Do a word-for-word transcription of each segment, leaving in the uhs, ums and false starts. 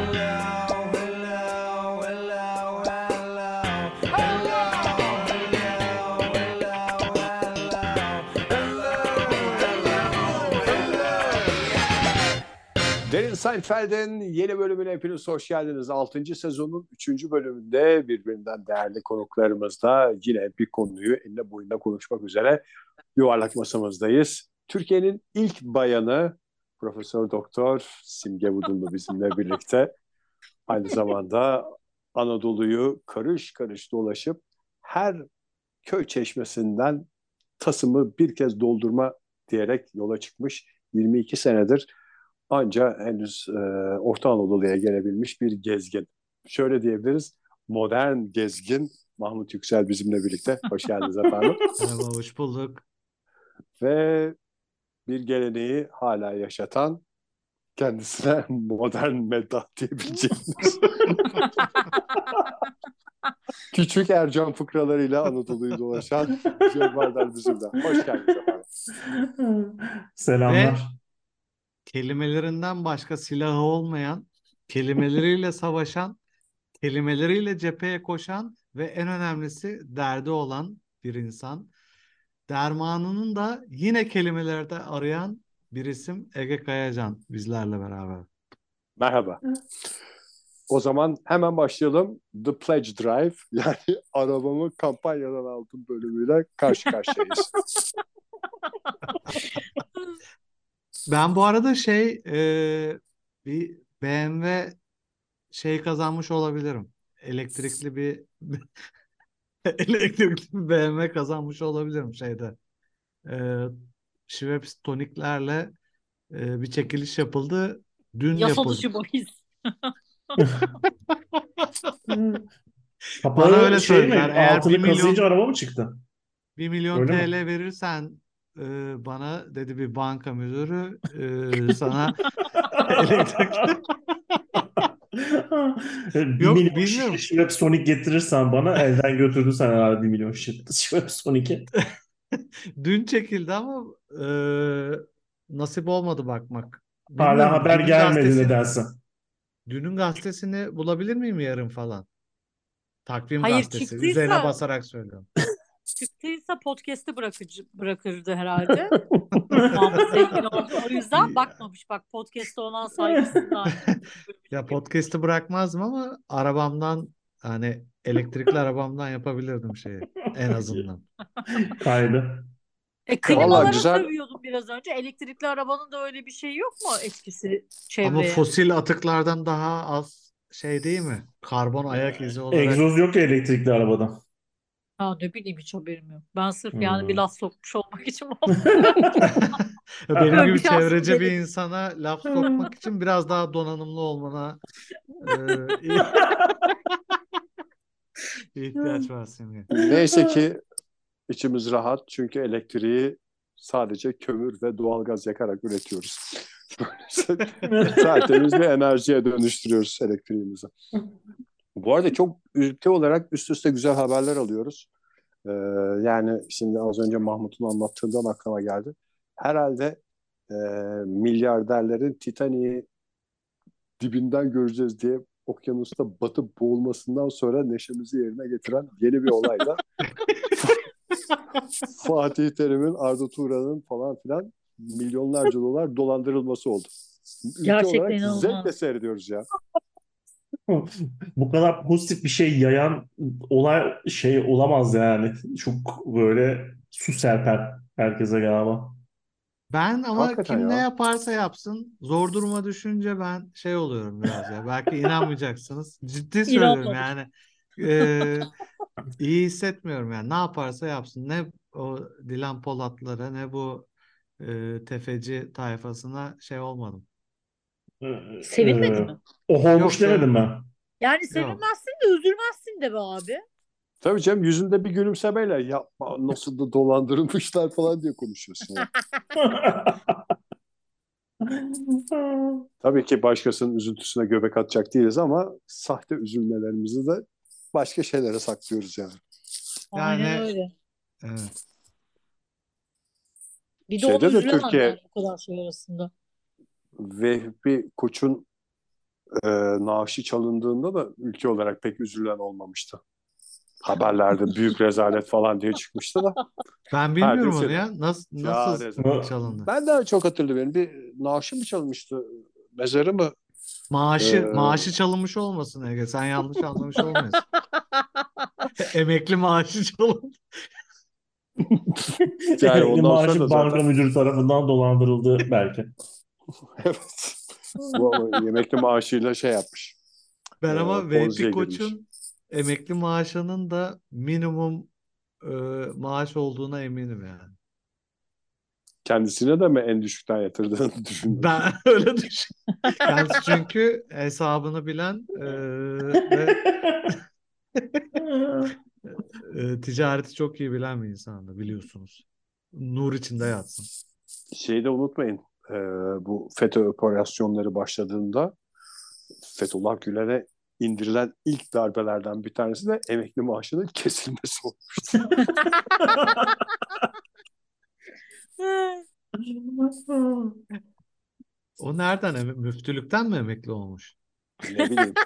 Derin Seinfeld'in yeni bölümüne hepiniz hoş geldiniz. altıncı sezonun üçüncü bölümünde birbirinden değerli konuklarımızla yine bir konuyu eline boyunda konuşmak üzere yuvarlak masamızdayız. Türkiye'nin ilk bayanı Profesör Doktor Simge Budunlu bizimle birlikte. Aynı zamanda Anadolu'yu karış karış dolaşıp her köy çeşmesinden tasımı bir kez doldurma diyerek yola çıkmış. yirmi iki senedir anca henüz e, Orta Anadolu'ya gelebilmiş bir gezgin. Şöyle diyebiliriz, modern gezgin Mahmut Yüksel bizimle birlikte. Hoş geldiniz efendim. Merhaba, hoş bulduk. Ve bir geleneği hala yaşatan, kendisine modern meddah diyebileceğimiz küçük Ercan fıkralarıyla Anadolu'yu dolaşan Cem Vardar bizimle. Hoş geldiniz efendim. Ve Selamlar. kelimelerinden başka silahı olmayan, kelimeleriyle savaşan, kelimeleriyle cepheye koşan ve en önemlisi derdi olan bir insan. Dermanının da yine kelimelerde arayan bir isim Ege Kayacan bizlerle beraber. Merhaba. O zaman hemen başlayalım. The Pledge Drive, yani arabamı kampanyadan aldım bölümüyle karşı karşıyayız. Ben bu arada şey e, bir B M W şey kazanmış olabilirim. Elektrikli bir elektrikli bir B M W kazanmış olabilirim şeyde. E, Schweppes toniklerle e, bir çekiliş yapıldı. Dün Yasa yapıldı. dışı bahis. Bana Kapağı öyle şey mi? söylediler. Eğer bir Altını kazıyınca milyon araba mı çıktı? bir milyon Öyle mi? T L verirsen e, bana dedi bir banka müdürü e, sana elektrikli Bir yok milyon şişe bilmiyorum. Schweppes Sonic getirirsen bana elden götürdün sen herhalde bir milyon şişe Schweppes Sonic'i. Dün çekildi ama e, nasip olmadı bakmak. Hala Bilmiyorum. haber Dünün gelmedi gazetesini nedense. dünün gazetesini bulabilir miyim yarın falan? Takvim Hayır, gazetesi. Üzerine çıktıysa basarak söylüyorum. çıktıysa podcast'i bırakıcı, bırakırdı herhalde. Mahmut zengin oldu. O yüzden bakmamış. Bak, podcast'e olan saygısından. Ya podcast'ı bırakmazdım ama arabamdan hani elektrikli arabamdan yapabilirdim şeyi en azından. Kaydı. E, Vallahi klimalara güzel. sövüyordum biraz önce. Elektrikli arabanın da öyle bir şey yok mu, etkisi Ama çevreye? fosil atıklardan daha az şey değil mi? Karbon ayak izi olarak. Egzoz yok ya elektrikli arabada. Ha, ne bileyim, hiç haberim yok. Ben sırf yani bir Hmm. laf sokmuş olmak için Benim böyle gibi bir şansım çevreci bir dedim. insana laf sokmak için biraz daha donanımlı olmana e, ihtiyaç var senin. Neyse ki içimiz rahat, çünkü elektriği sadece kömür ve doğalgaz yakarak üretiyoruz. Böylece tertemiz bir enerjiye dönüştürüyoruz elektriğimizi. Bu arada çok ülke olarak üst üste güzel haberler alıyoruz. Ee, yani şimdi az önce Mahmut'un anlattığından aklıma geldi. Herhalde e, milyarderlerin Titanic'i dibinden göreceğiz diye okyanusta batıp boğulmasından sonra neşemizi yerine getiren yeni bir olayla Fatih Terim'in, Arda Turan'ın falan filan milyonlarca dolar dolandırılması oldu. Ülke Gerçekten olarak inanılmaz. zevkle seyrediyoruz ya. Bu kadar pozitif bir şey yayan olay şey olamaz yani. Çok böyle su serper herkese galiba. Ben ama Hakikaten kim ne ya. yaparsa yapsın zor duruma düşünce ben şey oluyorum biraz ya. Belki inanmayacaksınız. Ciddi söylüyorum İnanmadım. yani. Ee, iyi hissetmiyorum yani. Ne yaparsa yapsın. Ne o Dilan Polatlara ne bu e, tefeci tayfasına şey olmadım. Ee, Sevinmedin e, mi? o Yok olmuş demedim sevinmedim. ben. Yani Yok. sevinmezsin de üzülmezsin de be abi. Tabii canım, yüzünde bir gülümsemeyle yapma, nasıl da dolandırılmışlar falan diye konuşuyorsun ya. Tabii ki başkasının üzüntüsüne göbek atacak değiliz ama sahte üzülmelerimizi de başka şeylere saklıyoruz yani. Aynen Yani öyle. evet. Bir de ona Şeyde de üzülemem Türkiye yani bu kadar şey arasında. Vehbi Koç'un e, naaşı çalındığında da ülke olarak pek üzülen olmamıştı. Haberlerde büyük rezalet falan diye çıkmıştı da. Ben bilmiyorum Herkes onu şeydi. ya. Nasıl Ya nasıl rezalet. çalındı? Ben de çok hatırlıyorum. Bir naaşı mı çalınmıştı? Mezarı mı? Ee, Maaşı maaşı çalınmış olmasın Ege. Sen yanlış anlamış olmayasın. Emekli maaşı çalındı. yani Emekli ondan sonra da maaşı zaten banka müdürü tarafından dolandırıldı belki. evet. Bu emekli maaşıyla şey yapmış. Ben E, ama Veypi Ponzi'ye girmiş. Koç'un emekli maaşının da minimum e, maaş olduğuna eminim yani. Kendisine de mi en düşükten yatırdığını düşünüyorsun? Ben öyle düşün. Kendisi çünkü hesabını bilen e, ve e, ticareti çok iyi bilen bir insandı biliyorsunuz. Nur içinde yatsın. Şeyi de unutmayın. e, bu FETÖ operasyonları başladığında Fethullah Gülen'e indirilen ilk darbelerden bir tanesi de emekli maaşının kesilmesi olmuştu. O nereden eme- müftülükten mi emekli olmuş? Ne bileyim.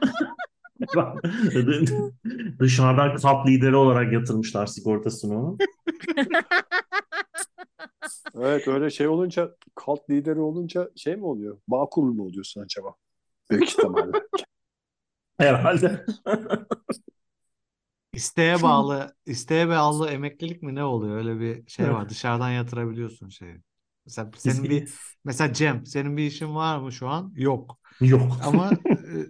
Dışarıdan kap lideri olarak yatırmışlar sigortasını onu. Evet öyle şey olunca kalt lideri olunca şey mi oluyor? Bağkur mu oluyorsun acaba? Büyük ihtimalle. Herhalde. İsteğe bağlı, isteğe bağlı emeklilik mi ne oluyor? Öyle bir şey var. Dışarıdan yatırabiliyorsun şeyi. Mesela senin bir mesela Cem, senin bir işin var mı şu an? Yok. Yok. Ama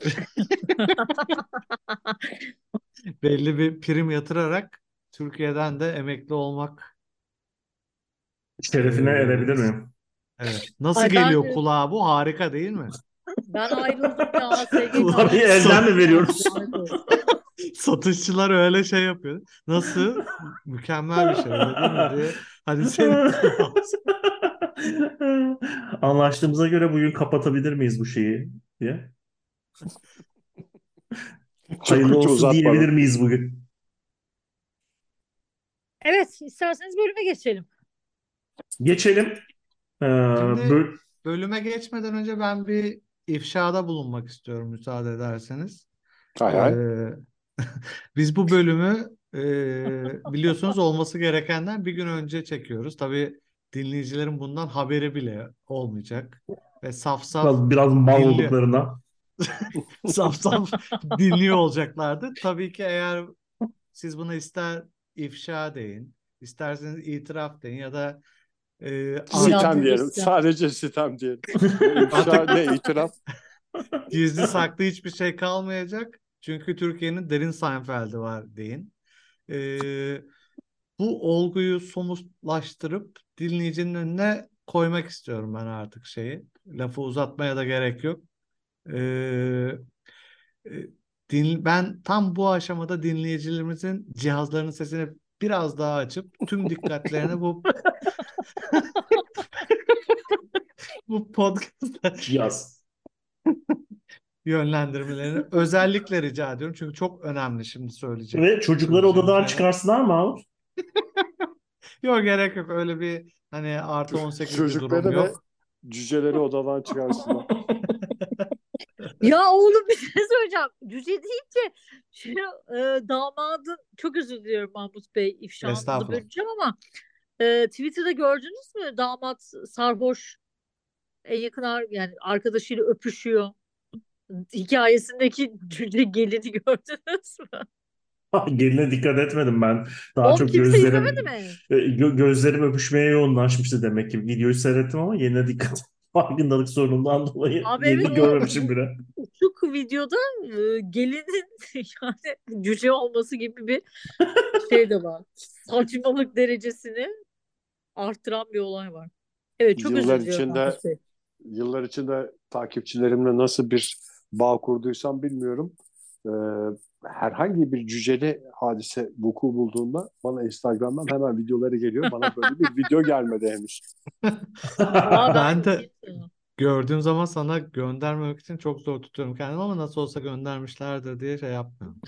e, belli bir prim yatırarak Türkiye'den de emekli olmak Şerefine e, erebilir miyim? evet. Nasıl Ay ben geliyor kulağa bu? Harika değil mi? ben ayrıldım ya S G K'dan Parayı elden mi çıktım ya. veriyoruz? Lanet olsun. Satışçılar öyle şey yapıyor. Nasıl? Mükemmel bir şey öyle değil mi diye. Hani senin Anlaştığımıza göre bugün kapatabilir miyiz bu şeyi diye. Çok Hayırlı kötü olsun diyebilir uzatmadan. miyiz bugün? Evet, isterseniz bölüme geçelim. Geçelim. Ee, Şimdi böl- bölüme geçmeden önce ben bir ifşada bulunmak istiyorum müsaade ederseniz. Hay hay. Ee, biz bu bölümü e, biliyorsunuz olması gerekenden bir gün önce çekiyoruz. Tabii dinleyicilerin bundan haberi bile olmayacak. Ve saf saf biraz, biraz mal dinliyor. olduklarından. Saf saf dinliyor olacaklardı. Tabii ki eğer siz buna ister ifşa deyin, isterseniz itiraf deyin ya da e, artık Sitem diyelim. Uyandırırsın. Sadece sitem diyelim. Ne ifşa artık ne itiraf. gizli saklı hiçbir şey kalmayacak. Çünkü Türkiye'nin derin Seinfeld'i var deyin. Ee, bu olguyu somutlaştırıp dinleyicinin önüne koymak istiyorum ben artık şeyi. Lafı uzatmaya da gerek yok. Ee, e, din, ben tam bu aşamada dinleyicilerimizin cihazlarının sesini biraz daha açıp tüm dikkatlerini bu bu podcast'a Yaz. yönlendirmelerini özellikle rica ediyorum. Çünkü çok önemli şimdi söyleyecek Ve çocukları söyleyeceğim odadan şeyler. çıkarsınlar mı abi? Yok gerek yok. Öyle bir hani artı on sekiz bir durum Çocukları ve yok. cüceleri odadan çıkarsınlar. Ya oğlum bir şey söyleyeceğim. Cüce deyince şu e, damadın çok özür diliyorum Mahmut Bey ifşanızı Estağfurullah. böleceğim ama e, Twitter'da gördünüz mü? Damat sarhoş en yakın ar- yani arkadaşıyla öpüşüyor. Hikayesindeki cüce gelini gördünüz mü? Geline dikkat etmedim ben. Daha Oğlum çok kimse izlemedi gözlerim mi? e, gö- gözlerim öpüşmeye yoğunlaşmıştı demek ki. Videoyu seyrettim ama yerine dikkat farkındalık sorunundan dolayı Abi evet yerini o görmemişim bile. uçuk videoda e, gelinin yani cüce olması gibi bir şey de var. Saçmalık derecesini arttıran bir olay var. Evet çok Yıllar özür diliyorum içinde Mahmut Bey. yıllar içinde takipçilerimle nasıl bir bağ kurduysam bilmiyorum. Ee, herhangi bir cüceli hadise vuku bulduğunda bana Instagram'dan hemen videoları geliyor. Bana böyle bir video gelmedi henüz. Valla ben Ben de izleyeyim sana. gördüğüm zaman sana göndermemek için çok zor tutuyorum kendimi ama nasıl olsa göndermişlerdir diye şey yapmıyorum.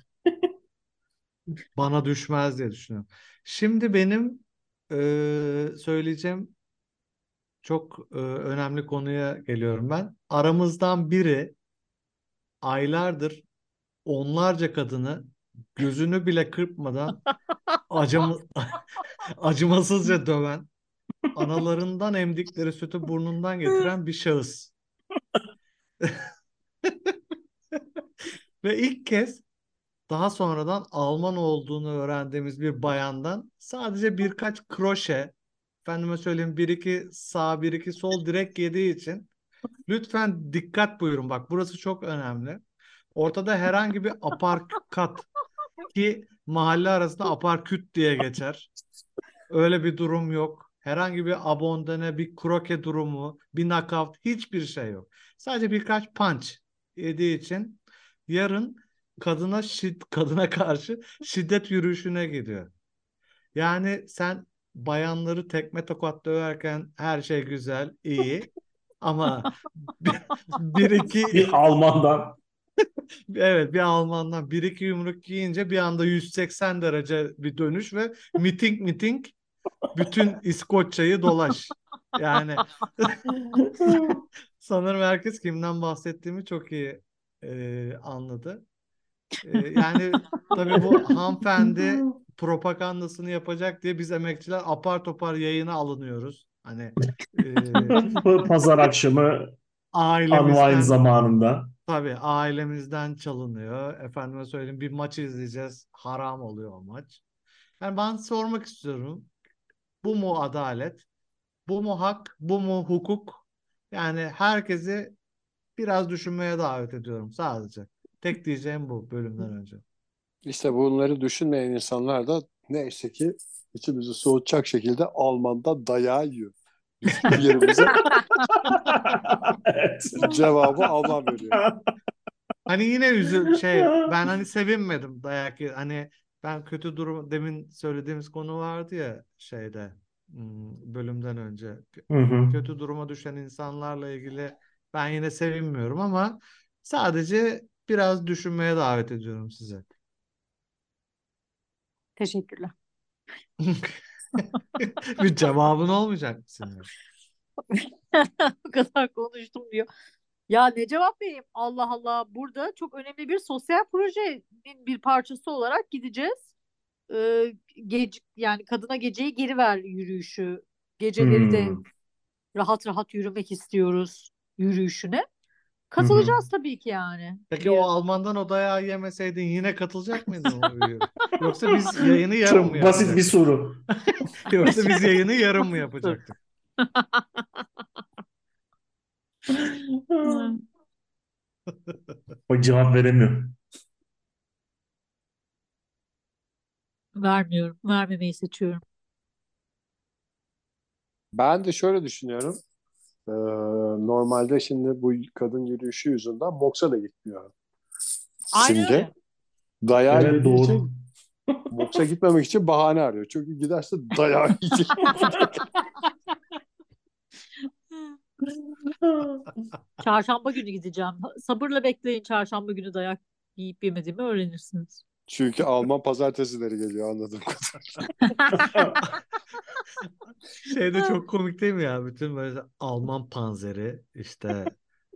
Bana düşmez diye düşünüyorum. Şimdi benim eee, söyleyeceğim çok eee, önemli konuya geliyorum ben. Aramızdan biri aylardır onlarca kadını gözünü bile kırpmadan acım acımasızca döven, analarından emdikleri sütü burnundan getiren bir şahıs. Ve ilk kez daha sonradan Alman olduğunu öğrendiğimiz bir bayandan sadece birkaç kroşe, efendime söyleyeyim bir iki sağ bir iki sol direkt yediği için lütfen dikkat buyurun. Bak burası çok önemli. Ortada herhangi bir aparkat ki mahalle arasında aparküt diye geçer. Öyle bir durum yok. Herhangi bir abondene, bir kroke durumu, bir knockout hiçbir şey yok. Sadece birkaç punch yediği için yarın kadına şid kadına karşı şiddet yürüyüşüne gidiyor. Yani sen bayanları tekme tokat döverken her şey güzel, iyi ama bir, bir iki Bir Alman'dan. evet bir Almandan bir iki yumruk yiyince bir anda yüz seksen derece bir dönüş ve miting miting bütün İskoçya'yı dolaş. Yani sanırım herkes kimden bahsettiğimi çok iyi e, anladı. E, yani tabii bu hanımefendi propagandasını yapacak diye biz emekçiler apar topar yayına alınıyoruz. Hani e, Pazar akşamı unwind ailemizden zamanında. tabii ailemizden çalınıyor. Efendime söyleyeyim bir maç izleyeceğiz. Haram oluyor o maç. Yani ben sormak istiyorum. Bu mu adalet? Bu mu hak? Bu mu hukuk? Yani herkesi biraz düşünmeye davet ediyorum sadece. Tek diyeceğim bu bölümden önce. İşte bunları düşünmeyen insanlar da neyse ki içimizi soğutacak şekilde Alman'da dayağı yiyor. Biz yerimize Evet. cevabı Alman veriyor. Hani yine üzül şey ben hani sevinmedim dayak ye- hani ben kötü durum demin söylediğimiz konu vardı ya şeyde hmm, bölümden önce Hı hı. kötü duruma düşen insanlarla ilgili ben yine sevinmiyorum ama sadece biraz düşünmeye davet ediyorum size. Teşekkürler. Bir cevabın olmayacak mı senin? Bu kadar konuştum diyor. Ya ne cevap vereyim? Allah Allah. Burada çok önemli bir sosyal projenin bir parçası olarak gideceğiz. Ee, gece, yani kadına geceyi geri ver yürüyüşü. Geceleri de Hmm. rahat rahat yürümek istiyoruz yürüyüşüne. Hı hı. Katılacağız tabii ki yani. Peki o Bir, Alman'dan o dayağı yemeseydin yine katılacak mıydın o üye? Yoksa biz yayını yarım mı Çok basit bir yapacaktık? soru. Yoksa biz yayını yarım mı yapacaktık? Bak cevap veremiyor. vermiyorum. Vermemeyi seçiyorum. Ben de şöyle düşünüyorum. Ee, normalde şimdi bu kadın yürüyüşü yüzünden boksa da gitmiyor Aynen Simge. öyle. Dayağı Evet yediği doğru. için boksa gitmemek için bahane arıyor. Çünkü giderse dayağı yiyecek. Çarşamba günü gideceğim. Sabırla bekleyin, çarşamba günü dayak yiyip yemediğimi öğrenirsiniz. Çünkü Alman pazartesileri geliyor anladığım Şey de çok komik değil mi ya? Bütün böyle Alman panzeri işte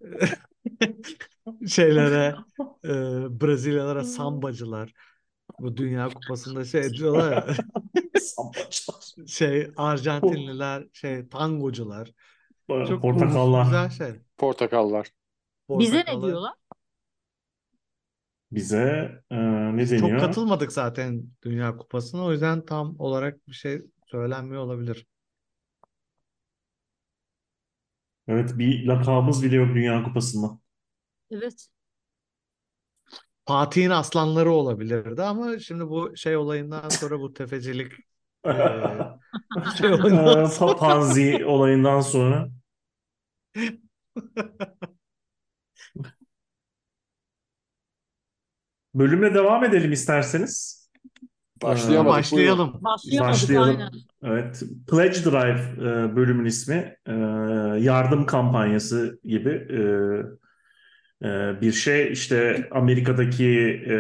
şeylere e, Brezilyalara sambacılar bu Dünya Kupası'nda şey diyorlar ya Sampaçlar. şey Arjantinliler şey tangocular çok Portakallar. güzel şey portakallar. Bize ne portakallar. diyorlar? Bize e, ne Biz çok deniyor? katılmadık zaten Dünya Kupası'na o yüzden tam olarak bir şey söylenmiyor olabilir. Evet bir lakabımız bile yok Dünya Kupası'nda. Evet. Fatih'in aslanları olabilirdi ama şimdi bu şey olayından sonra bu tefecilik e, şey olayından E, sonra Papanzi olayından sonra. Bölümle devam edelim isterseniz. E, Başlayamadık. Buyurun. başlayalım Başlayamadık isterseniz. aynen. Başlayalım. Evet. Pledge Drive e, bölümün ismi. E, yardım kampanyası gibi e, e, bir şey. İşte Amerika'daki e,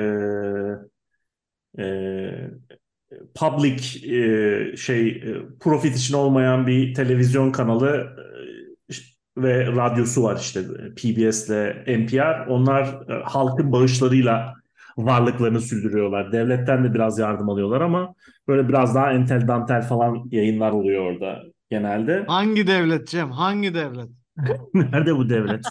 e, public e, şey e, profit için olmayan bir televizyon kanalı ve radyosu var işte P B S ile N P R. Onlar e, halkın bağışlarıyla varlıklarını sürdürüyorlar. Devletten de biraz yardım alıyorlar ama böyle biraz daha entel dantel falan yayınlar oluyor orada genelde. Hangi devlet Cem? Hangi devlet? Nerede bu devlet?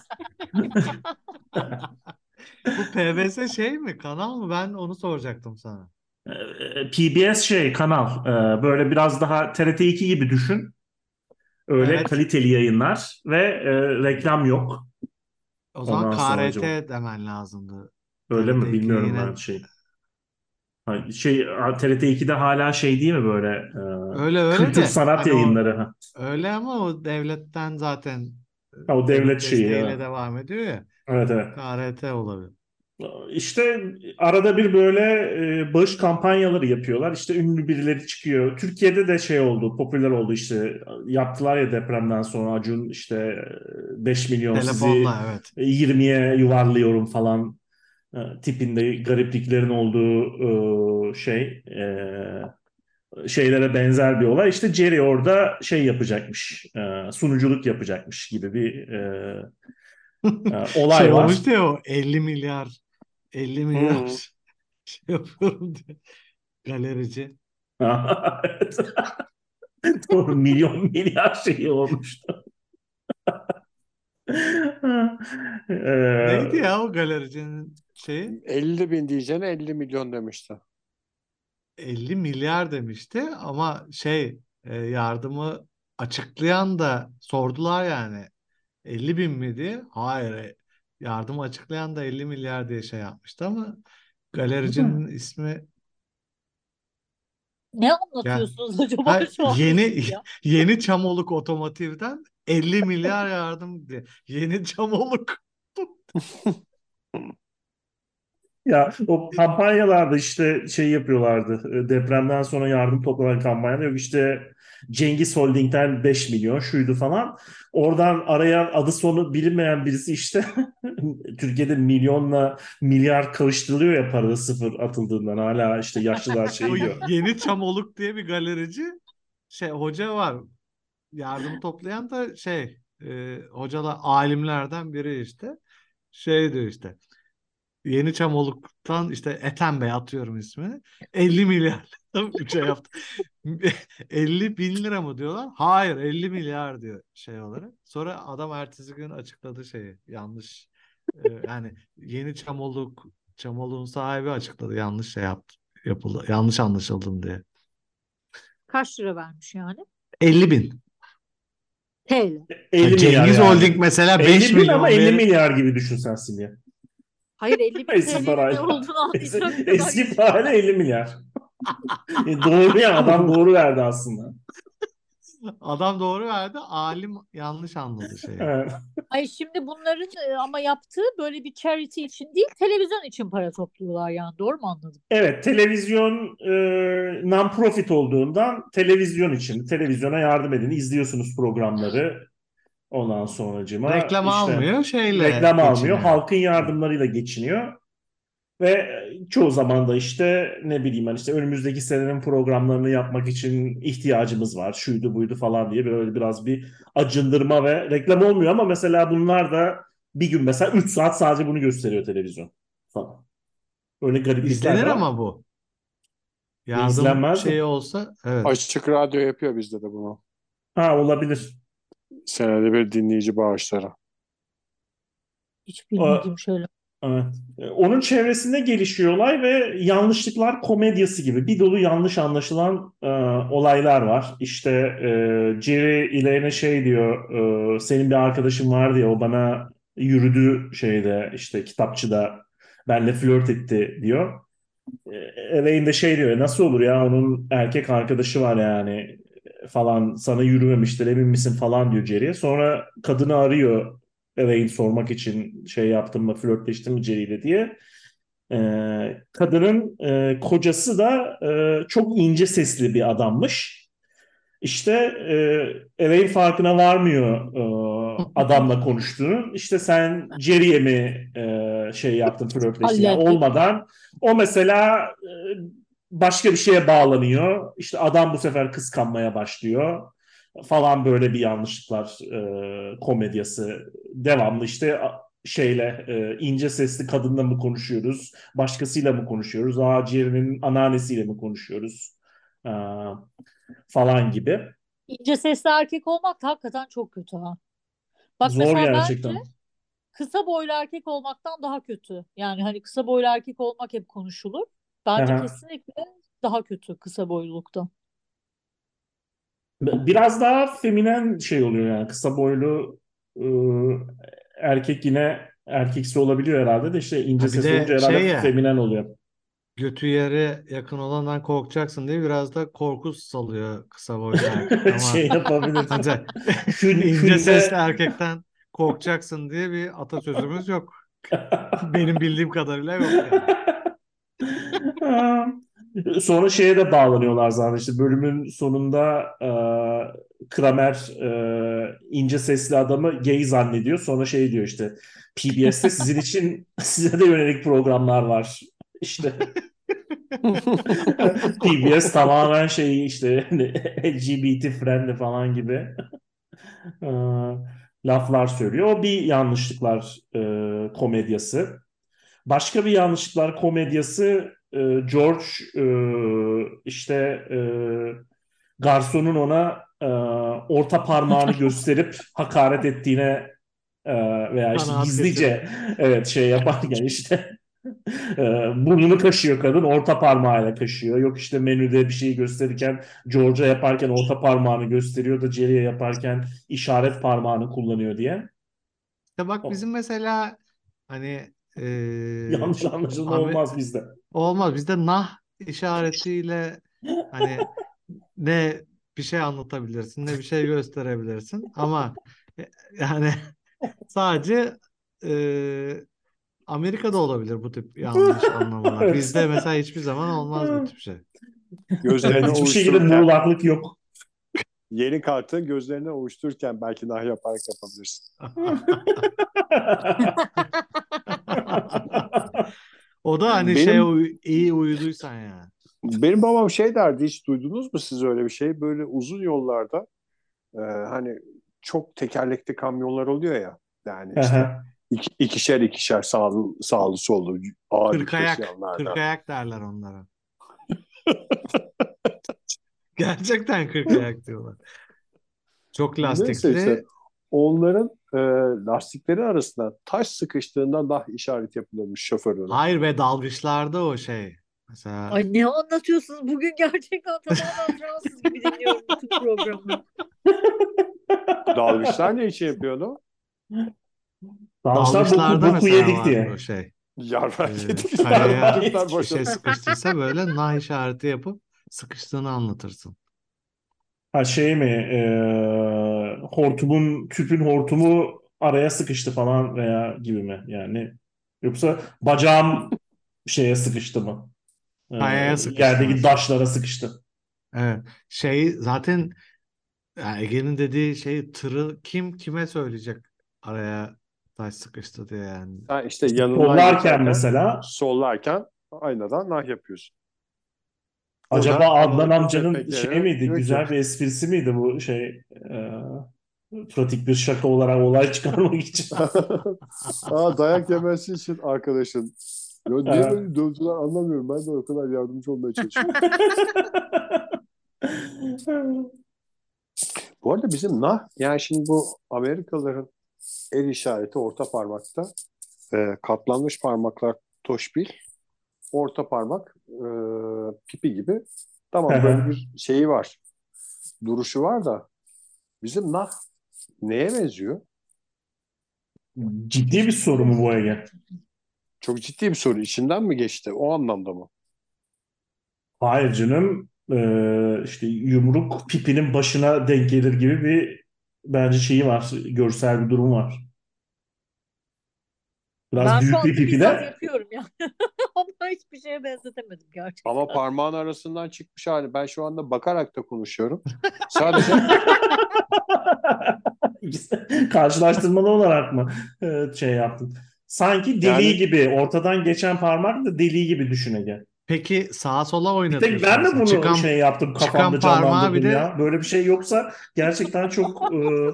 Bu P B S şey mi? Kanal mı? Ben onu soracaktım sana. Ee, P B S şey kanal. Ee, böyle biraz daha T R T iki gibi düşün. Öyle Evet. kaliteli yayınlar ve e, reklam yok. O zaman Ondan sonra K R acaba T demen lazımdı. öyle mi T R T iki bilmiyorum yine ben şey. Ha, Şey T R T ikide hala şey değil mi böyle öyle e, öyle kültür de sanat hani o yayınları ha. öyle ama o devletten zaten e, Ha, o devlet devlet şeyi desteğiyle ya. devam ediyor ya. Evet evet. K R T olabilir. İşte arada bir böyle e, bağış kampanyaları yapıyorlar. İşte ünlü birileri çıkıyor. Türkiye'de de şey oldu, popüler oldu işte. Yaptılar ya depremden sonra Acun işte e, beş milyon sizi Telefonla evet. e, yirmiye yuvarlıyorum falan e, tipinde garipliklerin olduğu e, şey e, şeylere benzer bir olay. İşte Jerry orada şey yapacakmış, e, sunuculuk yapacakmış gibi bir e, e, Şey olay var. olmuştu ya o elli milyar elli milyar Hı. şey yapıyorum diye. Galerici. Evet. Doğru milyon milyar şey olmuştu. Neydi Ee, ya o galericinin şeyi? elli bin diyeceğine elli milyon demişti. elli milyar demişti ama şey e, yardımı açıklayan da sordular yani elli bin mi diye. Hayır e, yardımı açıklayan da elli milyar diye şey yapmıştı ama galericinin ismi Ne ya anlatıyorsunuz acaba ha, şu anda yeni siz ya? yeni Çamoluk Otomotiv'den elli milyar yardım diye. Yeni Çamoluk. Ya o kampanyalarda işte şey yapıyorlardı. e, Depremden sonra yardım toplanan kampanyada yok işte Cengiz Holding'den beş milyon şuydu falan. Oradan arayan adı sonu bilinmeyen birisi işte Türkiye'de milyonla milyar karıştırılıyor ya parada sıfır atıldığından hala işte yaşlılar O şey diyor. yeni Çamoluk diye bir galerici şey hoca var. Yardım toplayan da şey e, hocalar alimlerden biri işte şey diyor işte Yeni Çamoluk'tan işte Ethem Bey atıyorum ismini elli milyar bir şey yaptı. elli bin lira mı diyorlar? Hayır elli milyar diyor şey olarak. Sonra adam ertesi gün açıkladı şeyi yanlış. E, yani Yeni Çamoluk Çamoluk'un sahibi açıkladı yanlış şey yaptı. Yapıldı. Yanlış anlaşıldım diye. Kaç lira vermiş yani? elli bin. T L. Ha, elli milyar Cengiz Holding yani. mesela beş elli bin ama milyon elli verir. milyar gibi düşün sen Simge. Hayır elli bin Eski T L'nin ne parayla. olduğunu Es- anlayacak kadar Eski yaşım parayla var. elli milyar. E, doğru ya adam doğru verdi aslında. Adam doğru verdi. Alim yanlış anladı şeyi. Evet. Ay şimdi bunların e, ama yaptığı böyle bir charity için değil, televizyon için para topluyorlar yani. Doğru mu anladım? Evet, televizyon e, non-profit olduğundan televizyon için, televizyona yardım edin, izliyorsunuz programları. Ondan sonracıma Reklam işte almıyor, şeyle reklam almıyor, geçiniyor. halkın yardımlarıyla geçiniyor. Ve çoğu zaman da işte ne bileyim ben işte önümüzdeki senenin programlarını yapmak için ihtiyacımız var. Şuydu buydu falan diye böyle biraz bir acındırma ve reklam olmuyor ama mesela bunlar da bir gün mesela üç saat sadece bunu gösteriyor televizyon falan. Öyle gariplikler de İzlenir var. ama bu. E, Yardım izlenmez mi? şeyi olsa evet. Açık Radyo yapıyor bizde de bunu. Ha olabilir. Senede bir dinleyici bağışları. Hiç O, bilmediğim şeyler. evet. E, Onun çevresinde gelişiyor olay ve yanlışlıklar komedyası gibi bir dolu yanlış anlaşılan e, olaylar var. İşte e, Jerry Elaine şey diyor, e, senin bir arkadaşın var diye o bana yürüdü şeyde işte kitapçıda benle flört etti diyor. E, Elaine de şey diyor, nasıl olur ya onun erkek arkadaşı var yani falan sana yürümemiştir emin misin falan diyor Jerry'e. Sonra kadını arıyor Elaine sormak için şey yaptım mı flörtleştim mi Jerry ile diye. Ee, kadının e, kocası da e, çok ince sesli bir adammış. İşte e, Elaine farkına varmıyor e, adamla konuştuğunu. İşte sen Jerry'e mi e, şey yaptın flörtleştin yani Halledin. olmadan. O mesela e, başka bir şeye bağlanıyor. İşte adam bu sefer kıskanmaya başlıyor. falan, böyle bir yanlışlıklar e, komedyası. Devamlı işte şeyle e, ince sesli kadınla mı konuşuyoruz, başkasıyla mı konuşuyoruz, aa Jerry'nin anneannesiyle mi konuşuyoruz e, falan gibi. İnce sesli erkek olmak da hakikaten çok kötü ha. Bak Zor mesela bence gerçekten. kısa boylu erkek olmaktan daha kötü. Yani hani kısa boylu erkek olmak hep konuşulur. Bence Aha. kesinlikle daha kötü kısa boylulukta. Biraz daha feminen şey oluyor yani, kısa boylu e, erkek yine erkeksi olabiliyor herhalde de, işte ince Ha bir sesli olunca de herhalde şey ya, feminen oluyor. götü yere yakın olandan korkacaksın diye biraz da korku salıyor kısa boylu erkek. Ama Şey yapabilir. mesela Hün, ince sesli hünde erkekten korkacaksın diye bir atasözümüz yok. Benim bildiğim kadarıyla yok yani. Sonra şeye de bağlanıyorlar zaten, işte bölümün sonunda e, Kramer e, ince sesli adamı gay zannediyor. Sonra şey diyor işte, P B S'te sizin için size de yönelik programlar var. İşte P B S tamamen şey işte L G B T friendly falan gibi e, laflar söylüyor. O bir yanlışlıklar e, komedyası. Başka bir yanlışlıklar komedyası, e, George e, işte e, garsonun ona e, orta parmağını gösterip hakaret ettiğine e, veya işte Kanaat getirip. gizlice, evet, şey yaparken işte e, burnunu kaşıyor kadın, orta parmağıyla kaşıyor. Yok işte menüde bir şeyi gösterirken George'a yaparken orta parmağını gösteriyor da Jerry'e yaparken işaret parmağını kullanıyor diye. İşte bak O, bizim mesela hani eee, yanlış anlaşılma Ami- olmaz bizde. olmaz bizde nah işaretiyle hani ne bir şey anlatabilirsin ne bir şey gösterebilirsin ama e, yani sadece eee, Amerika'da olabilir bu tip yanlış anlamalar. Evet. Bizde mesela hiçbir zaman olmaz bu tip şey. Gözlerini Evet, hiçbir şekilde ovuştururken, muğlaklık yok. yeni kartın gözlerini ovuştururken belki nah yaparak yapabilirsin. O da hani şeye Benim uy- iyi uyuduysan ya. benim babam şey derdi, hiç duydunuz mu siz öyle bir şey? Böyle uzun yollarda e, hani çok tekerlekli kamyonlar oluyor ya. Yani işte Aha. iki, ikişer ikişer sağlı, sağlı sollu ağır yük Kırkayak. taşıyanlardan. Kırkayak derler onlara. Gerçekten kırkayak diyorlar. Çok Neyse işte lastikli. onların e, lastikleri arasında taş sıkıştığında nah işaret yapılırmış şoförüne. Hayır be dalgıçlarda o şey. Mesela Ay ne anlatıyorsunuz? Bugün gerçekten tamamen Fransız gibi dinliyorum bütün programı. Dalgıçlar ne için yapıyordu? Dalmışlar boku, dalgıçlarda boku mesela yedik vardır o diye. şey. Yarrak Ee, yedik. kayaya Dalgıçlar bir şey boşuna. sıkıştıysa böyle nah işareti yapıp sıkıştığını anlatırsın. Ha şey mi, e, hortumun, tüpün hortumu araya sıkıştı falan veya gibi mi yani, yoksa bacağım şeye sıkıştı mı? E, Kayaya sıkıştı yerdeki mesela. daşlara sıkıştı. Evet. Şey zaten yani Ege'nin dediği şey tırı kim kime söyleyecek araya taş sıkıştı diye yani. Sen işte İşte yanından sollarken geçerken, mesela, sollarken aynadan nah yapıyorsun. O acaba da Adnan Havalı amcanın şey köpeklerine miydi, diyor ki güzel bir esprisi miydi bu şey, e, pratik bir şaka olarak olay çıkarmak için? Aa, dayak yemesi için arkadaşın. Ya niye E, beni dövdüler anlamıyorum. Ben de o kadar yardımcı olmaya çalışıyorum. Bu arada bizim nah, yani şimdi bu Amerikalıların el işareti orta parmakta. E, katlanmış parmaklar toşbil. Orta parmak e, pipi gibi. Tamam, böyle bir şeyi var. Duruşu var da bizim nah neye benziyor? Ciddi bir soru mu bu, Ege? Çok ciddi bir soru. İçinden mi geçti? O anlamda mı? Hayır canım. Ee, işte yumruk pipinin başına denk gelir gibi bir, bence şeyi var. Görsel bir durum var. Biraz Ben şu büyük bir anda pipi bizzat de. yapıyorum ya. Ama hiçbir şeye benzetemedim Ama gerçekten. parmağın arasından çıkmış hali. Ben şu anda bakarak da konuşuyorum. Sadece Karşılaştırmalı olarak mı e, şey yaptın? Sanki deliği yani gibi, ortadan geçen parmak da deliği gibi düşün Ege. Peki sağa sola Bir tek oynatıyorsun ben mi mesela. bunu Çıkan şey yaptım, çıkan kafamda parmağı bir canlandırdım de ya? Böyle bir şey yoksa gerçekten çok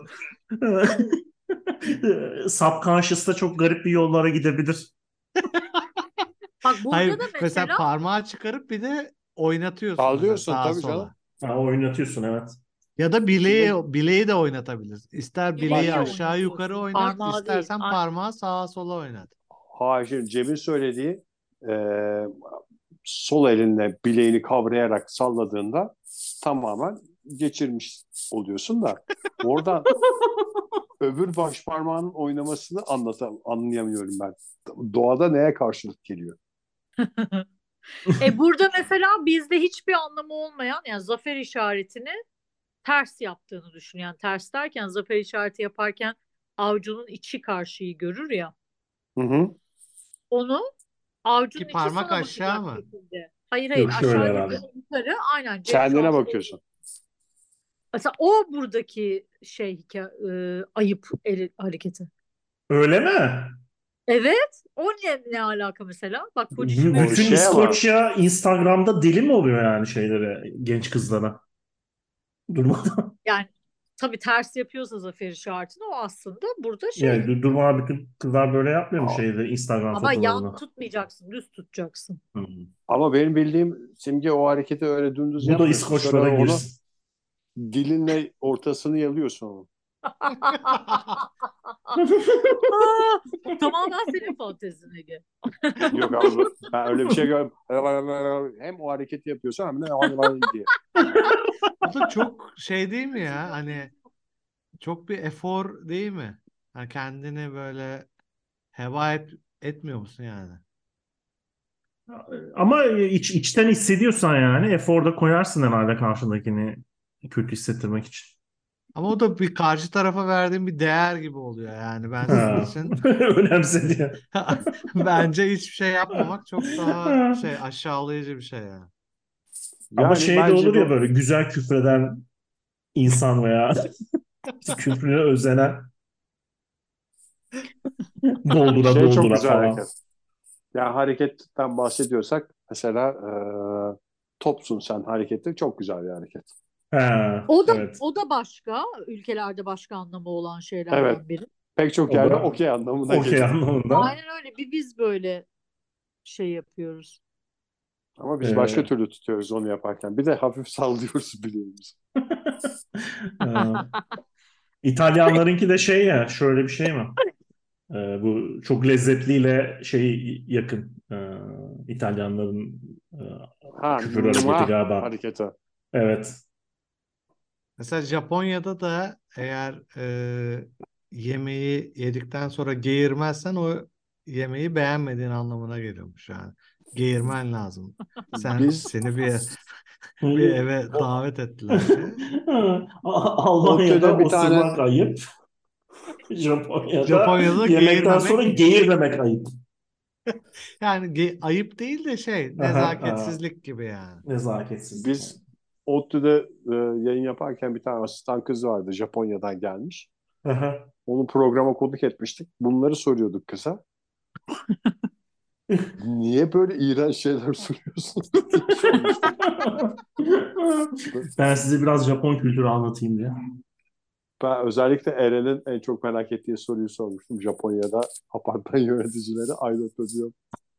e, subconscious'ta çok garip bir yollara gidebilir. Bak burada da hayır mesela mesela parmağı çıkarıp bir de oynatıyorsun mesela Sağlıyorsun sağa tabii canım. sola. Ha, oynatıyorsun evet. Ya da İçinde bileği bileği de oynatabilirsin. İster bileği bileği Bak aşağı yukarı oynatıyorsun. oynat, Parmağı değil. istersen Aynen. parmağı sağa sola oynat. hayır, şimdi Cem'in söylediği e, sol elinle bileğini kavrayarak salladığında tamamen geçirmiş oluyorsun da oradan öbür baş parmağının oynamasını anlatam anlayamıyorum ben. Doğada neye karşılık geliyor? E burada mesela bizde hiçbir anlamı olmayan yani zafer işaretini ters yaptığını düşün. Yani ters derken zafer işareti yaparken avucunun içi karşıyı görür ya. Hı hı. Onu Ki avucunun içi parmak sana aşağı bakacak mı? şekilde. Hayır hayır Yok şöyle aşağı değil herhalde. yukarı. Aynen Cem şu Kendine an. bakıyorsun. Mesela o buradaki şey hikaye, e, ayıp el hareketi. Öyle mi? Evet. O ne, ne alaka mesela? Bak B- Fucişim'e O bütün şey ama İskoçya Instagram'da deli mi oluyor yani şeylere, genç kızlara? Durmadan. yani tabii ters yapıyorsa zafer işaretini o aslında burada Yani şey dur- durmadan bütün kızlar böyle yapmıyor mu a- şeyde Instagram ama yan fotolarını? tutmayacaksın, düz tutacaksın. Hı. ama benim bildiğim Simge o hareketi öyle dümdüz Bu da yapmıyorsun. İskoçlara Sonra onu girsin. dilinle ortasını yalıyorsun onu. Aa, o tamamen senin fantezin Ege. Yok abi ben öyle bir şey görmedim. Hem o hareketi yapıyorsun hem de diye. Bu da çok şey değil mi ya? Hani çok bir efor değil mi? Yani kendini böyle heba et, etmiyor musun yani? Ama iç, içten hissediyorsan yani efor da koyarsın herhalde karşındakini kötü hissettirmek için. Ama o da bir karşı tarafa verdiğin bir değer gibi oluyor yani. Ben senin Ha. için Önemsedi. bence hiçbir şey yapmamak çok daha Ha. şey aşağılayıcı bir şey yani. Ama Yani şey de bence olur ya bu böyle güzel küfreden insan veya küfrüne özenen doldura şey çok doldura güzel falan. hareket. Yani hareketten bahsediyorsak mesela e, topsun sen hareketi çok güzel bir hareket. Ha, O da evet. o da başka ülkelerde başka anlamı olan Evet. şeylerden biri. Pek çok O yerde da okey anlamına okey geliyor. anlamında. Aynen öyle. Bir biz böyle şey yapıyoruz. Ama biz başka Ee, türlü tutuyoruz onu yaparken. Bir de hafif sallıyoruz bileğimizi. e, İtalyanlarınki de şey ya şöyle bir şey mi? Ee, bu çok lezzetliyle şey yakın. Ee, İtalyanların e, Ha, küfür hareketi muah galiba. hareketi. Evet. Mesela Japonya'da da eğer e, yemeği yedikten sonra geğirmezsen o yemeği beğenmediğin anlamına geliyormuş yani. Geğirmen lazım. Sen Biz seni bir bir O- eve davet ettilerse Almanya'da ODTÜ'de bir tane osurmak ayıp. Japonya'da Japonya'da yemekten sonra geğirmemek geğir demek ayıp. yani ge- ayıp değil de şey Aha, aha. nezaketsizlik gibi yani. Nezaketsizlik yani. biz ODTÜ'de e, yayın yaparken bir tane asistan kız vardı Japonya'dan gelmiş. Aha. Onu programa konuk etmiştik. Bunları soruyorduk kıza. Niye böyle iğrenç şeyler soruyorsun diye sormuştuk. Ben size biraz Japon kültürü anlatayım diye. Ben özellikle Eren'in en çok merak ettiği soruyu sormuştum. Japonya'da apartman yöneticileri aylık ödüyor.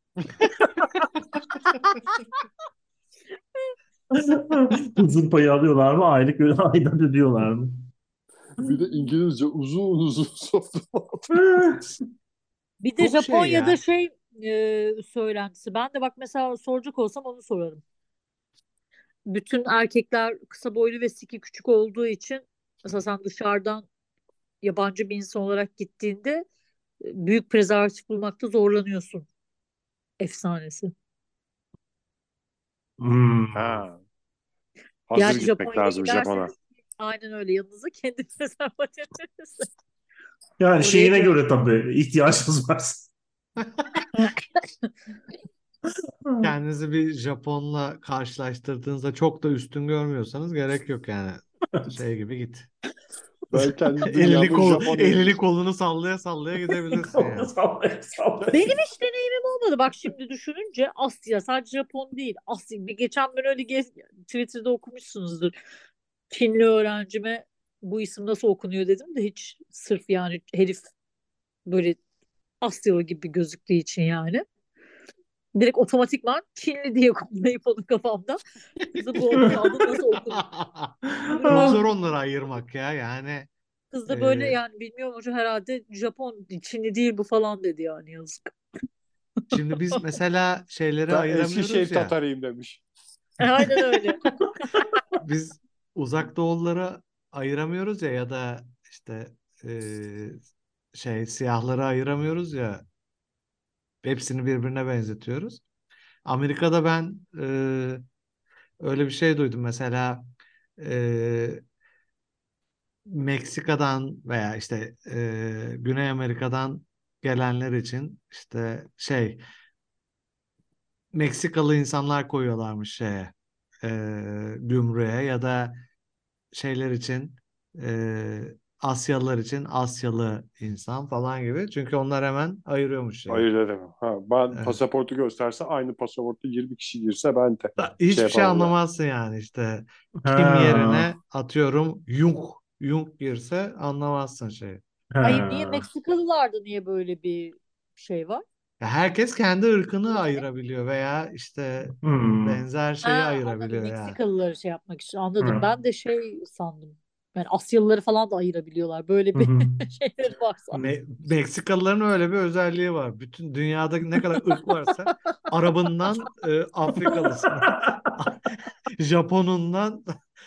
Huzur payı alıyorlar mı? Aylık öde- aydan ödüyorlar mı? Bir de İngilizce uzun uzun sordum. Bir de Çok şey Japonya'da ya. şey e, söylentisi. Ben de bak mesela soracak olsam onu sorarım. Bütün erkekler kısa boylu ve siki küçük olduğu için mesela sen dışarıdan yabancı bir insan olarak gittiğinde e, büyük prezervatif bulmakta zorlanıyorsun. Efsanesi. Hmm. Ha, hazır Yani gitmek Japonya'ya lazım Japon'a. giderseniz aynen öyle yanınıza kendi prezervatifinizi Yani oraya şeyine göre. göre tabii ihtiyacınız varsa. Kendinizi bir Japonla karşılaştırdığınızda çok da üstün görmüyorsanız gerek yok yani. Şey gibi git. Ben kendi Elini dünyamı kol, Japonya'ya elini kolunu sallaya sallaya gidebilirsin yani. Sallaya sallaya. Benim hiç deneyimim olmadı. Bak şimdi düşününce Asya sadece Japon değil. Asya. Bir geçen ben öyle gez, Twitter'da okumuşsunuzdur. Çinli öğrencime bu isim nasıl okunuyor dedim de hiç sırf yani herif böyle Asyalı gibi gözüktüğü için yani. Direkt otomatikman Çinli diye kodlayıp onu kafamda. Kızım bu adamın adı nasıl okunur? Çok Ah, zor onları ayırmak ya yani. Kız da böyle e, yani bilmiyorum hocam herhalde Japon Çinli değil bu falan dedi yani yazık. Şimdi biz mesela şeyleri Ben ayıramıyoruz Eskişehir ya. Tatarıyım demiş. E, aynen öyle. Biz uzak doğulları ayıramıyoruz ya ya da işte e, şey siyahları ayıramıyoruz ya. Hepsini birbirine benzetiyoruz. Amerika'da ben e, öyle bir şey duydum. Mesela e, Meksika'dan veya işte e, Güney Amerika'dan gelenler için işte şey Meksikalı insanlar koyuyorlarmış şeye e, gümrüğe ya da şeyler için e, Asyalılar için Asyalı insan falan gibi. Çünkü onlar hemen ayırıyormuş şeyi. Hayır dedim. Ha, ben Evet. pasaportu gösterse aynı pasaportu yirmi kişi girse ben de Da- şey Hiçbir şey yapamam yani. anlamazsın yani işte Kim ha, yerine atıyorum Jung Jung girse anlamazsın şeyi. Hayır niye ha. Meksikalılarda niye böyle bir şey var? Ya herkes kendi ırkını Yetenek. ayırabiliyor veya işte Hmm, benzer şeyi Ha, anladım. ayırabiliyor ya. Meksikalıları şey yapmak için anladım. hmm, Ben de şey sandım. Yani Asyalıları falan da ayırabiliyorlar. Böyle hı bir hı. şeyleri varsa. Me- Meksikalıların öyle bir özelliği var. Bütün dünyada ne kadar ırk varsa Arabından e, Afrikalısına, Japonundan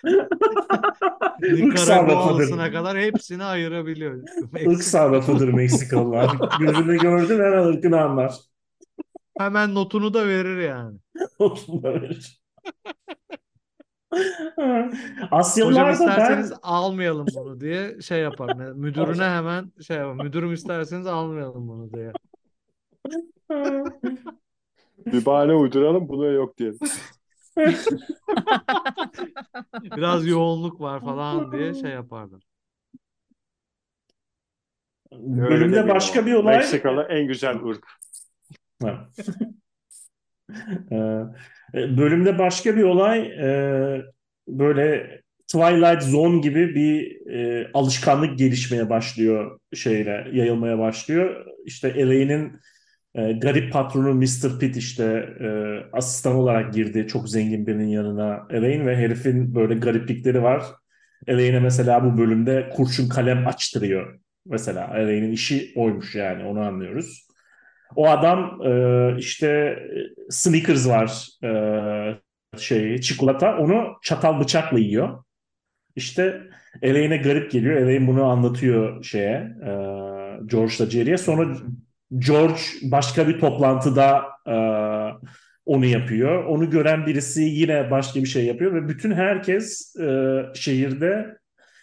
Irk sarrafıdır. Nikaragualısına kadar hepsini ayırabiliyor. Irk Meksika sarrafıdır Meksikalılar. Gözünü gördün hemen ırkını anlar. hemen notunu da verir yani. Otunda verir. Hocam Asyalılar da isterseniz ben almayalım bunu diye şey yapar. Müdürüne hemen şey yapar. Müdürüm isterseniz almayalım bunu diye. Bir bahane uyduralım buna yok diyelim. Biraz yoğunluk var falan diye şey yaparlar. Öyle bölümde demeyin başka ama. bir olay. Meksikalı en güzel ırk. Ha. Ee, Bölümde başka bir olay, e, böyle Twilight Zone gibi bir e, alışkanlık gelişmeye başlıyor, şeyle yayılmaya başlıyor. İşte Elaine'in e, garip patronu mister Pitt işte e, asistan olarak girdi çok zengin birinin yanına, Elaine, ve herifin böyle gariplikleri var. Elaine'e mesela bu bölümde kurşun kalem açtırıyor. Mesela Elaine'in işi oymuş, yani onu anlıyoruz. O adam e, işte e, Snickers var, e, şey çikolata, onu çatal bıçakla yiyor. İşte Elaine'e garip geliyor. Elaine bunu anlatıyor şeye, e, George'la Jerry'e. Sonra George'a. George başka bir toplantıda e, onu yapıyor. Onu gören birisi yine başka bir şey yapıyor ve bütün herkes e, şehirde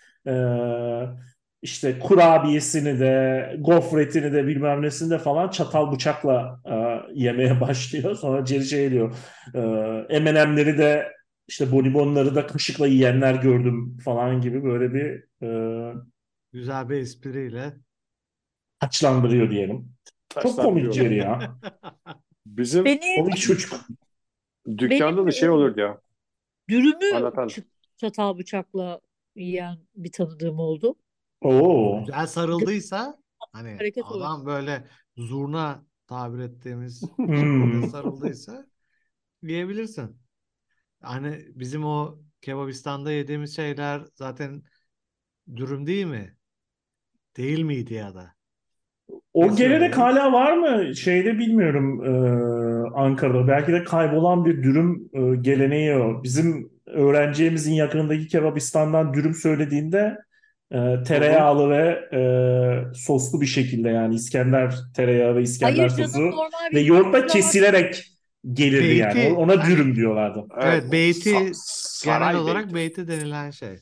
ee, işte kurabiyesini de, gofretini de, bilmem nesini de falan çatal bıçakla e, yemeye başlıyor. Sonra Jerry şey diyor, e, M and M'leri de işte bonibonları da kaşıkla yiyenler gördüm falan gibi, böyle bir e, Güzel bir espriyle. taçlandırıyor diyelim. Çok komik Taşlandırıyorlar. Jerry ya. Bizim Benim Komik çocuk. benim dükkanda da şey e, olurdu ya. dürümü Anlatan. ç- çatal bıçakla yiyen bir tanıdığım oldu. Oo. Güzel Garip sarıldıysa hani hareket o. adam böyle zurna tabir ettiğimiz şekilde Hmm. sarıldıysa yiyebilirsin. Hani bizim o kebabistan'da yediğimiz şeyler zaten dürüm değil mi? Değil miydi ya da? Bir O gelenek söyleyin. hala var mı? Şeyde bilmiyorum, e, Ankara'da. Belki de kaybolan bir dürüm e, geleneği o. Bizim öğrencimizin yakınındaki kebabistandan dürüm söylediğinde e, Hı hı. tereyağlı ve e, soslu bir şekilde, yani İskender tereyağı ve İskender Hayır canım sosu normal ve bir yoğurtla dürümcü de var. kesilerek gelirdi yani. O- Beyti Ona hani dürüm diyorlardı. Evet. evet Sa- beyti genel saray olarak beyti. beyti denilen şey.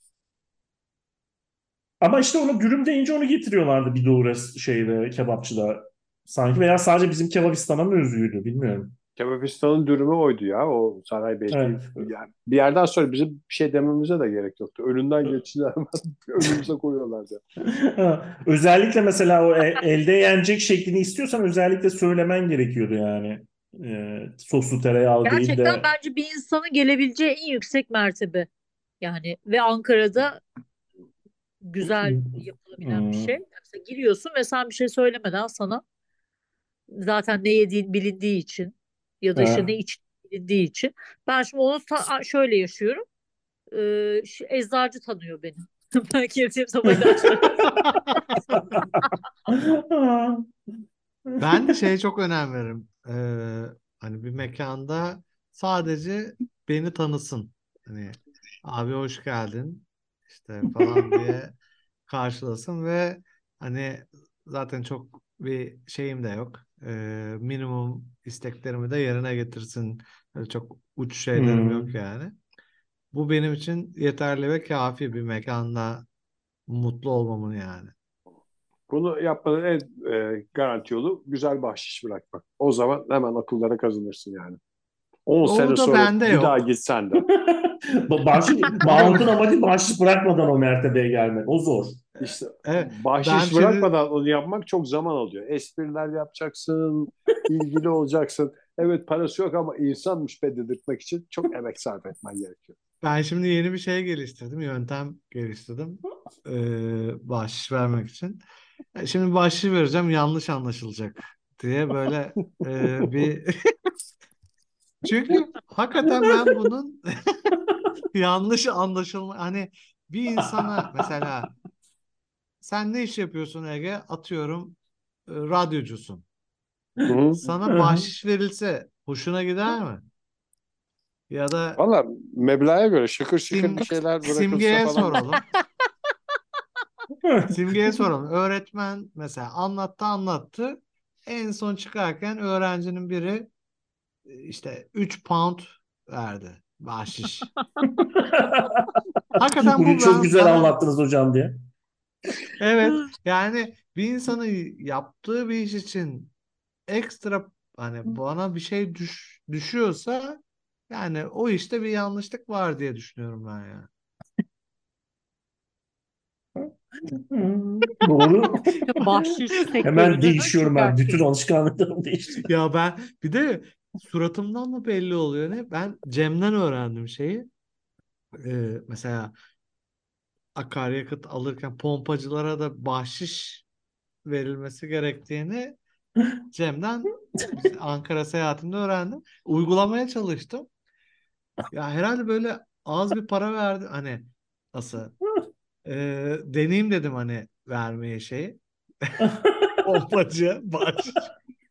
Ama işte onu dürüm deyince onu getiriyorlardı bir doğru şeyde, kebapçıda sanki, veya sadece bizim kebabistan'a mı özgüydü bilmiyorum. Kemal durumu oydu ya. O saray belki Evet. yani bir yerden sonra bizim bir şey dememize de gerek yoktu. Önünden geçtiler ama önümüze koyuyorlardı. Özellikle mesela o e- elde yenecek şeklini istiyorsan özellikle söylemen gerekiyordu yani. Ee, soslu tereyağı değil Gerçekten de bence bir insanın gelebileceği en yüksek mertebe. Yani ve Ankara'da güzel yapılabilen bir şey. Hmm, Mesela giriyorsun ve sen bir şey söylemeden sana zaten ne yediğin bilindiği için ya da işte ha. ne içtiğin bilindiği için. Ben şimdi onu ta- şöyle yaşıyorum. Ee, şu eczacı tanıyor beni. Ben girdiğim zaman ilaçları. Ben de şeye çok önem veririm. Ee, hani bir mekanda sadece beni tanısın. Hani abi hoş geldin işte falan diye karşılasın ve hani zaten çok bir şeyim de yok. Ee, minimum isteklerimi de yerine getirsin. Öyle çok uç şeylerim yok Hmm. yani. Bu benim için yeterli ve kafi bir mekanda mutlu olmamın yani. Bunu yapmanın en e, garanti yolu güzel bahşiş bırakmak. O zaman hemen akıllara kazanırsın yani. On O sene da sonra bende bir daha yok. gitsen de. Bahşiş, O da Mahmut'un amacı bahşiş bırakmadan o mertebeye gelmek. O zor. İşte evet, ben bahşiş şimdi bırakmadan onu yapmak çok zaman alıyor. Espriler yapacaksın, ilgili olacaksın. Evet parası yok ama insanmış be dedirtmek için çok emek sarf etmen gerekiyor. Ben şimdi yeni bir şey geliştirdim, yöntem geliştirdim ee, bahşiş vermek için. E, Şimdi bahşiş vereceğim, yanlış anlaşılacak diye böyle e, bir... Çünkü hakikaten ben bunun yanlış anlaşılma... Hani bir insana mesela sen ne iş yapıyorsun Ege? Atıyorum e, radyocusun. Hı hı. Sana bahşiş verilse hoşuna gider mi? Ya da Valla meblağa göre şıkır şıkır bir sim, şeyler bırakılsa simgeye falan. soralım. Simge'ye soralım. Öğretmen mesela anlattı anlattı. En son çıkarken öğrencinin biri e, işte üç pound verdi bahşiş. Hakikaten Bugün bu çok ben güzel bana anlattınız hocam diye. evet yani bir insanın yaptığı bir iş için ekstra hani bana bir şey düş, düşüyorsa yani o işte bir yanlışlık var diye düşünüyorum ben ya. Hmm, doğru. Bahşiş Hemen sektörünü değişiyorum ben. çökerttik. Bütün alışkanlıklarım değişti. Ya ben bir de suratımdan mı belli oluyor ne? Ben Cem'den öğrendim şeyi. Ee, mesela akaryakıt alırken pompacılara da bahşiş verilmesi gerektiğini Cem'den biz Ankara seyahatinde öğrendim. Uygulamaya çalıştım. Ya herhalde böyle az bir para verdi. Hani nasıl? Ee, deneyeyim dedim hani vermeye şeyi. Pompacı bahşiş.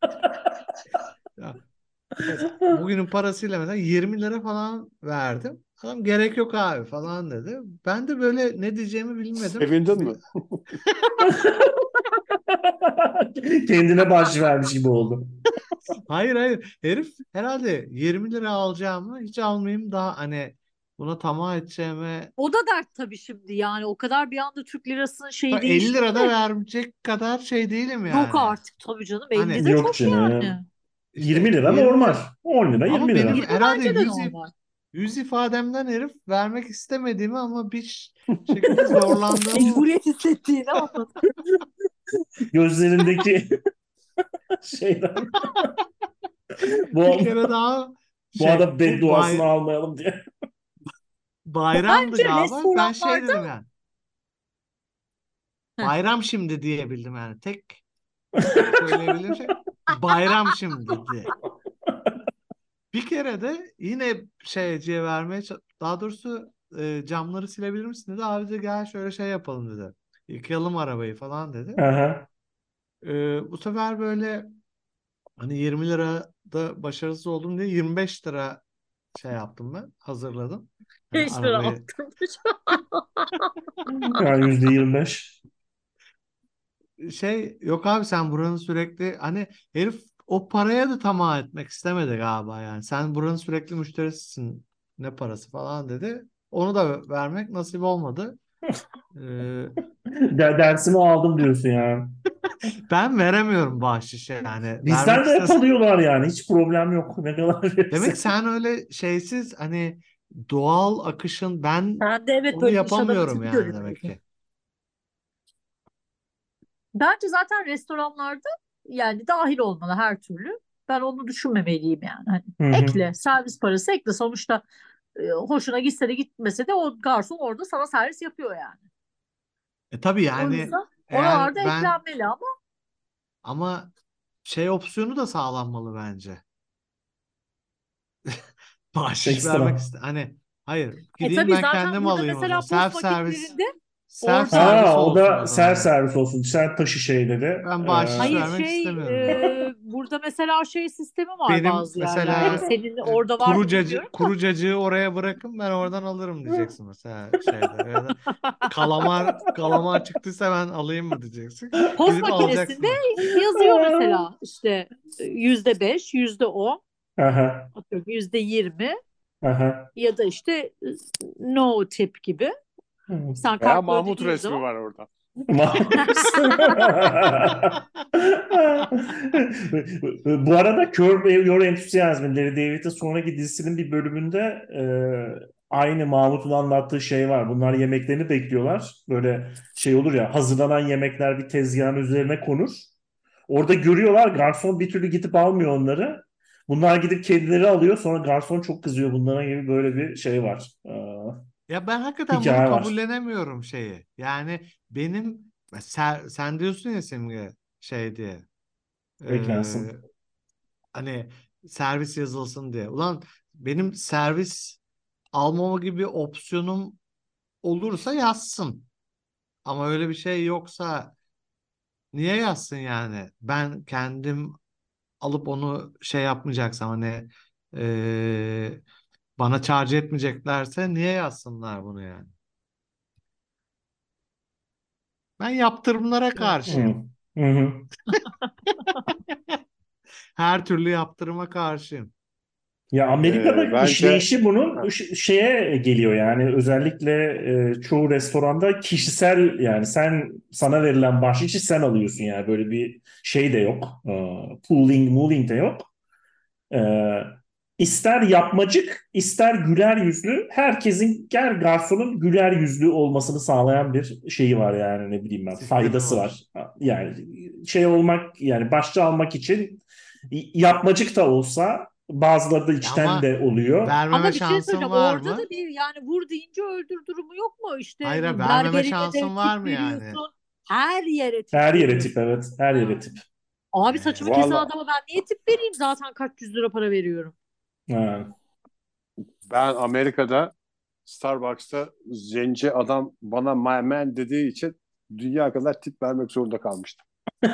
Ya mesela bugünün parasıyla mesela yirmi lira falan verdim. Adam gerek yok abi falan dedi. Ben de böyle ne diyeceğimi bilmedim. Sevindin Bir, mi? Kendine bahşiş vermiş gibi oldu. hayır hayır. Herif herhalde yirmi lira alacağımı hiç almayayım daha hani buna tamah edeceğime O da dert tabii şimdi yani o kadar bir anda Türk lirasının şeyi elli değişti lira da ki. verecek kadar şey değilim Yok yani. artık tabii canım elli Hani de Yok çok canım. yani. yirmi işte lira yirmi normal. lira on lira ama yirmi lira. benim yirmi herhalde bence de yüz, if- normal. yüz ifademden herif vermek istemediğimi ama bir ş- şekilde zorlandığımı Mecburiyet hissettiğini anladım. Gözlerindeki şeyler. bir Bu, kere daha bu şey adam bu bedduasını bay, almayalım diye. bayramdı Bence galiba. Ben şey restoranlarda dedim yani. heh, Bayram şimdi diyebildim yani. Tek söyleyebildiğim şey bayram şimdi diye. Bir kere de yine şeyciye vermeye ça- daha doğrusu e, camları silebilir misin dedi. Abi de gel şöyle şey yapalım dedi. Yıkayalım arabayı falan dedi. Aha. E, bu sefer böyle hani yirmi lirada başarısız oldum diye yirmi beş lira şey yaptım ben. Hazırladım. Hani beş lira arabayı arttırmış. Yani yüzde yirmi beş. şey yok abi sen buranın sürekli hani herif o paraya da tamah etmek istemedi galiba yani. Sen buranın sürekli müşterisisin ne parası falan dedi. Onu da vermek nasip olmadı. Ee, Der- Dersimi aldım diyorsun yani. Ben veremiyorum bahşiş yani. Bizden Vermek de hep istesem. alıyorlar yani. Hiç problem yok. Ne kadar Demek verirsen. sen öyle şeysiz hani doğal akışın ben Ben de evet onu böyle iş adamı yapamıyorum tipi yani demek görünüyordu. ki. Bence zaten restoranlarda yani dahil olmalı her türlü. Ben onu düşünmemeliyim yani. Hani Hı hı. ekle, servis parası ekle. Sonuçta e, hoşuna gitse de gitmese de o garson orada sana servis yapıyor yani. E tabii O yani yüzden eğer oralarda ben eklenmeli ama ama şey opsiyonu da sağlanmalı bence. Bahşiş vermek Ekstra. iste hani hayır e gideyim tabii ben zaten kendim burada alayım o zaman. mesela post Self servis vakitlerinde self orada servis Ha, o olsun da o zaman self yani. servis olsun. Sen taşı şeyleri. Ben Ee, bahşiş hayır vermek şey istemiyorum yani. e, burada mesela şey sistemi var Benim bazı yerlerde. mesela Senin e, orada var mı kurucacı bilmiyorum. kurucacığı oraya bırakın ben oradan alırım diyeceksin mesela şeyde. Ya da kalamar kalamar çıktıysa ben alayım mı diyeceksin. Post Gidip makinesinde alacaksın. yazıyor mesela işte e, yüzde beş, yüzde on, Aha, atıyorum yüzde yirmi aha. ya da işte e, no tip gibi. Sen Veya kartla Mahmut ödediğin resmi zaman var orada. Mahsus. Bu arada Curb Your Enthusiasm, Larry David'in sonraki dizisinin bir bölümünde e, aynı Mahmut'un anlattığı şey var. Bunlar yemeklerini bekliyorlar. Böyle şey olur ya, hazırlanan yemekler bir tezgahın üzerine konur. Orada görüyorlar, garson bir türlü gidip almıyor onları. Bunlar gidip kendileri alıyor. Sonra garson çok kızıyor bunlara gibi böyle bir şey var. Ee, Ya ben hakikaten bunu hikaye var. kabullenemiyorum şeyi. Yani benim sen, sen diyorsun ya Simge şey diye. e, Beklensin. Hani servis yazılsın diye. Ulan benim servis almama gibi opsiyonum olursa yazsın. Ama öyle bir şey yoksa niye yazsın yani? Ben kendim alıp onu şey yapmayacaksam hani e, bana charge etmeyeceklerse niye yazsınlar bunu yani? Ben yaptırımlara Hı. karşıyım. Hı hı. Her türlü yaptırıma karşıyım. Ya Amerika'da Ee, bence işleyişi bunun ha, ş- şeye geliyor yani özellikle e, çoğu restoranda kişisel yani sen sana verilen bahşişi sen alıyorsun yani böyle bir şey de yok. E, pooling, mooling de yok. E, ister yapmacık, ister güler yüzlü herkesin gel garsonun güler yüzlü olmasını sağlayan bir şeyi var yani ne bileyim ben Sistemi faydası var. var. Yani şey olmak yani başça almak için yapmacık da olsa bazıları da Ya içten ama de oluyor. vermeme ama bir şey şansın söyleyeceğim. var Orada mı? da bir yani vur deyince öldür durumu yok mu? İşte Hayır, vermeme berberine de şansın var tip mı yani? veriyorsun. Her yere tip Her yere tip, veriyorsun. evet, her yere tip. Abi Ee, saçımı kesen valla adama ben niye tip vereyim? Zaten kaç yüz lira para veriyorum. Ha. ben Amerika'da Starbucks'ta zenci adam bana my man dediği için dünya kadar tip vermek zorunda kalmıştım.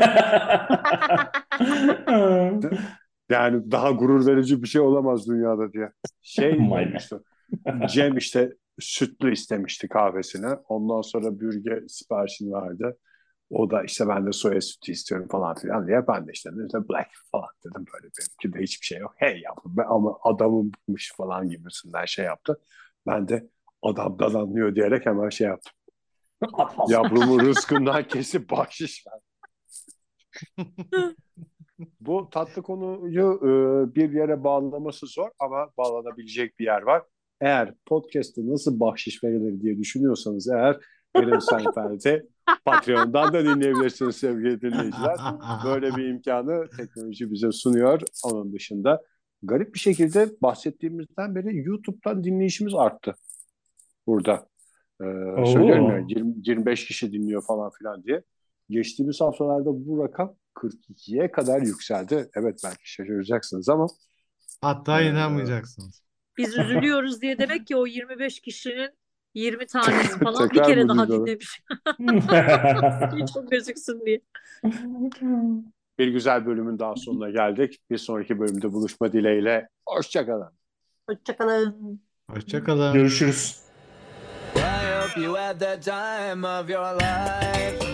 Yani daha gurur verici bir şey olamaz dünyada diye. Şey My man. olmuştu. Cem işte sütlü istemişti kahvesine. Ondan sonra bürge siparişini verdi. O da işte ben de soya sütü istiyorum falan filan diye. Ben de işte, işte black falan dedim böyle benimki de hiçbir şey yok. Hey yavrum ben ama adamımmış falan gibisinden şey yaptı. Ben de adamdan anlıyor diyerek hemen şey yaptım. Yavrumu rızkından kesip bahşiş ver. Bu tatlı konuyu e, bir yere bağlaması zor ama bağlanabilecek bir yer var. Eğer podcast'te nasıl bahşiş verilir diye düşünüyorsanız eğer Erin Seinfeld'i Patreon'dan da dinleyebilirsiniz sevgili dinleyiciler. Böyle bir imkanı teknoloji bize sunuyor. Onun dışında garip bir şekilde bahsettiğimizden beri YouTube'dan dinleyişimiz arttı burada. Ee, söylüyorum ya Oo. yirmi, yirmi beş kişi dinliyor falan filan diye. Geçtiğimiz haftalarda bu rakam kırk ikiye kadar yükseldi. Evet belki şaşıracaksınız ama e, Hatta inanmayacaksınız. Biz üzülüyoruz diye demek ki o yirmi beş kişinin yirmi tanesi falan bir tekrar kere mı daha dinliyorlar? dinlemiş. Çok gözüksün diye. Bir güzel bölümün daha sonuna geldik. Bir sonraki bölümde buluşma dileğiyle. Hoşçakalın. Hoşçakalın. Hoşça kalın. Görüşürüz. I hope you had the time of your life.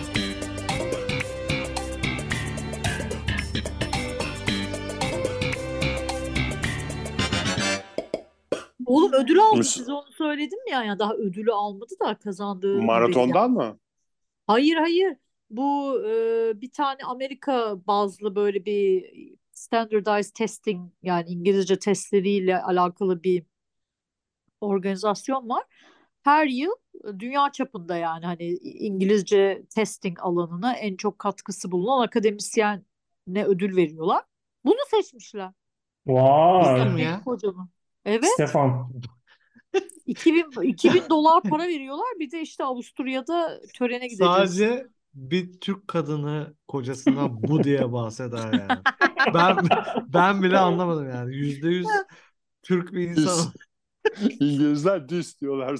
Oğlum ödül aldı Mus- size onu söyledim ya ya daha ödülü almadı da kazandığı haberi geldi. Maratondan mı? Hayır hayır. Bu e, bir tane Amerika bazlı böyle bir standardized testing yani İngilizce testleriyle alakalı bir organizasyon var. Her yıl e, dünya çapında yani hani İngilizce testing alanına en çok katkısı bulunan akademisyene ödül veriyorlar. Bunu seçmişler. Vay. Kim Stanford ya? kocaman. Evet. Stefan. iki bin, iki bin dolar para veriyorlar. Bir de işte Avusturya'da törene gideceğiz. Sadece bir Türk kadını kocasından bu diye bahseder yani. Ben ben bile anlamadım yani. Yüzde yüz Türk bir insan. Dis. İngilizler dis diyorlar.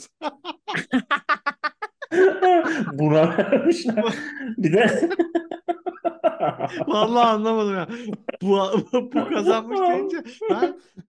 Buna vermişler. Bir de Vallahi anlamadım ya. Bu, bu kazanmış deyince ben